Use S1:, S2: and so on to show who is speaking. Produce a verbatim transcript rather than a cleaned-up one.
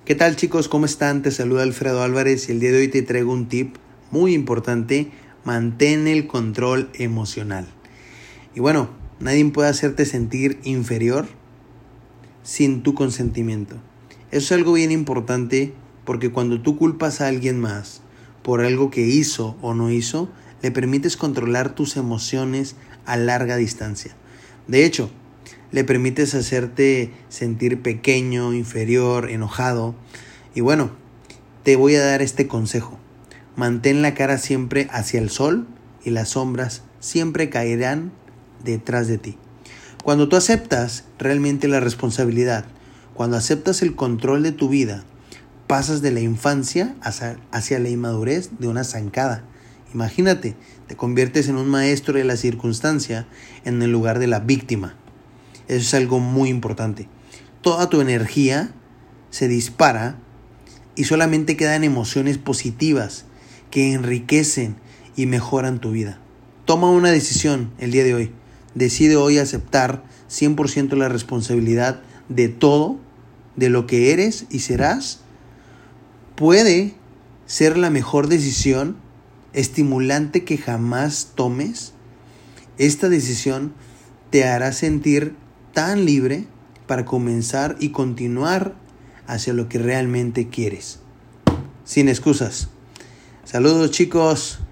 S1: ¿Qué tal, chicos? ¿Cómo están? Te saluda Alfredo Álvarez y el día de hoy te traigo un tip muy importante: mantén el control emocional. Y bueno, nadie puede hacerte sentir inferior sin tu consentimiento. Eso es algo bien importante, porque cuando tú culpas a alguien más por algo que hizo o no hizo, le permites controlar tus emociones a larga distancia. De hecho, le permites hacerte sentir pequeño, inferior, enojado. Y bueno, te voy a dar este consejo: mantén la cara siempre hacia el sol y las sombras siempre caerán detrás de ti. Cuando tú aceptas realmente la responsabilidad, cuando aceptas el control de tu vida, pasas de la infancia hacia, hacia la inmadurez de una zancada. Imagínate, te conviertes en un maestro de la circunstancia en el lugar de la víctima. Eso es algo muy importante. Toda tu energía se dispara y solamente quedan emociones positivas que enriquecen y mejoran tu vida. Toma una decisión el día de hoy. Decide hoy aceptar cien por ciento la responsabilidad de todo, de lo que eres y serás. Puede ser la mejor decisión estimulante que jamás tomes. Esta decisión te hará sentir tan libre para comenzar y continuar hacia lo que realmente quieres. Sin excusas. Saludos, chicos.